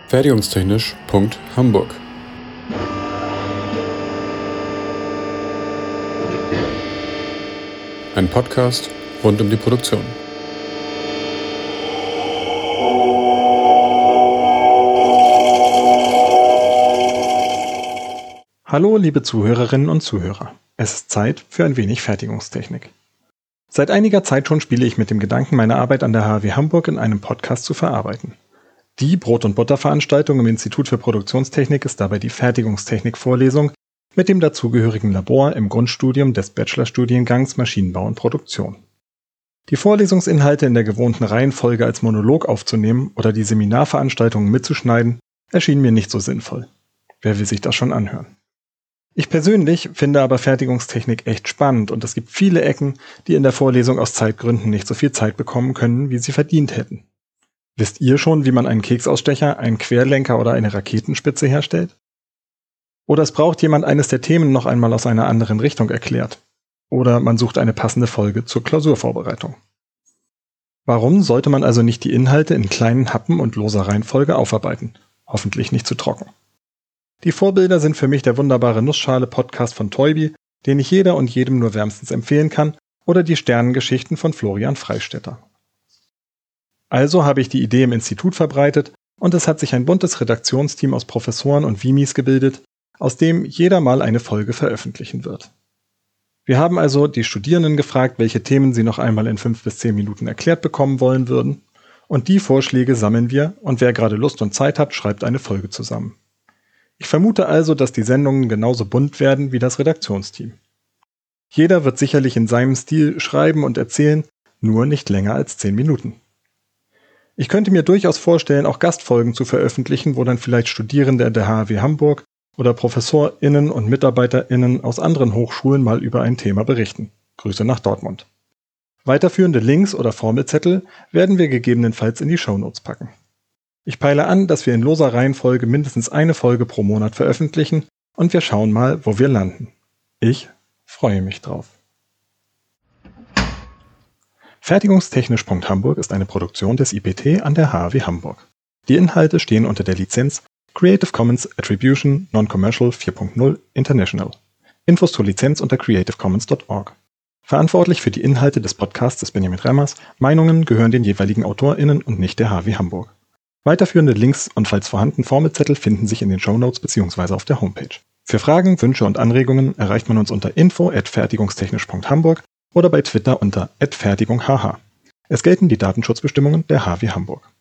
Fertigungstechnisch.hamburg. Ein Podcast rund um die Produktion. Hallo liebe Zuhörerinnen und Zuhörer, es ist Zeit für ein wenig Fertigungstechnik. Seit einiger Zeit schon spiele ich mit dem Gedanken, meine Arbeit an der HAW Hamburg in einem Podcast zu verarbeiten. Die Brot- und Butter-Veranstaltung im Institut für Produktionstechnik ist dabei die Fertigungstechnik-Vorlesung mit dem dazugehörigen Labor im Grundstudium des Bachelorstudiengangs Maschinenbau und Produktion. Die Vorlesungsinhalte in der gewohnten Reihenfolge als Monolog aufzunehmen oder die Seminarveranstaltungen mitzuschneiden, erschien mir nicht so sinnvoll. Wer will sich das schon anhören? Ich persönlich finde aber Fertigungstechnik echt spannend und es gibt viele Ecken, die in der Vorlesung aus Zeitgründen nicht so viel Zeit bekommen können, wie sie verdient hätten. Wisst ihr schon, wie man einen Keksausstecher, einen Querlenker oder eine Raketenspitze herstellt? Oder es braucht jemand eines der Themen noch einmal aus einer anderen Richtung erklärt. Oder man sucht eine passende Folge zur Klausurvorbereitung. Warum sollte man also nicht die Inhalte in kleinen Happen und loser Reihenfolge aufarbeiten? Hoffentlich nicht zu trocken. Die Vorbilder sind für mich der wunderbare Nussschale-Podcast von Täubi, den ich jeder und jedem nur wärmstens empfehlen kann, oder die Sternengeschichten von Florian Freistetter. Also habe ich die Idee im Institut verbreitet und es hat sich ein buntes Redaktionsteam aus Professoren und Vimis gebildet, aus dem jeder mal eine Folge veröffentlichen wird. Wir haben also die Studierenden gefragt, welche Themen sie noch einmal in 5 bis 10 Minuten erklärt bekommen wollen würden, und die Vorschläge sammeln wir und wer gerade Lust und Zeit hat, schreibt eine Folge zusammen. Ich vermute also, dass die Sendungen genauso bunt werden wie das Redaktionsteam. Jeder wird sicherlich in seinem Stil schreiben und erzählen, nur nicht länger als 10 Minuten. Ich könnte mir durchaus vorstellen, auch Gastfolgen zu veröffentlichen, wo dann vielleicht Studierende der HAW Hamburg oder ProfessorInnen und MitarbeiterInnen aus anderen Hochschulen mal über ein Thema berichten. Grüße nach Dortmund. Weiterführende Links oder Formelzettel werden wir gegebenenfalls in die Shownotes packen. Ich peile an, dass wir in loser Reihenfolge mindestens eine Folge pro Monat veröffentlichen und wir schauen mal, wo wir landen. Ich freue mich drauf. Fertigungstechnisch.hamburg ist eine Produktion des IPT an der HAW Hamburg. Die Inhalte stehen unter der Lizenz Creative Commons Attribution Non-Commercial 4.0 International. Infos zur Lizenz unter creativecommons.org. Verantwortlich für die Inhalte des Podcasts ist Benjamin Remmers. Meinungen gehören den jeweiligen AutorInnen und nicht der HAW Hamburg. Weiterführende Links und falls vorhanden Formelzettel finden sich in den Shownotes bzw. auf der Homepage. Für Fragen, Wünsche und Anregungen erreicht man uns unter info@fertigungstechnisch.hamburg oder bei Twitter unter @fertigunghh. Es gelten die Datenschutzbestimmungen der HAW Hamburg.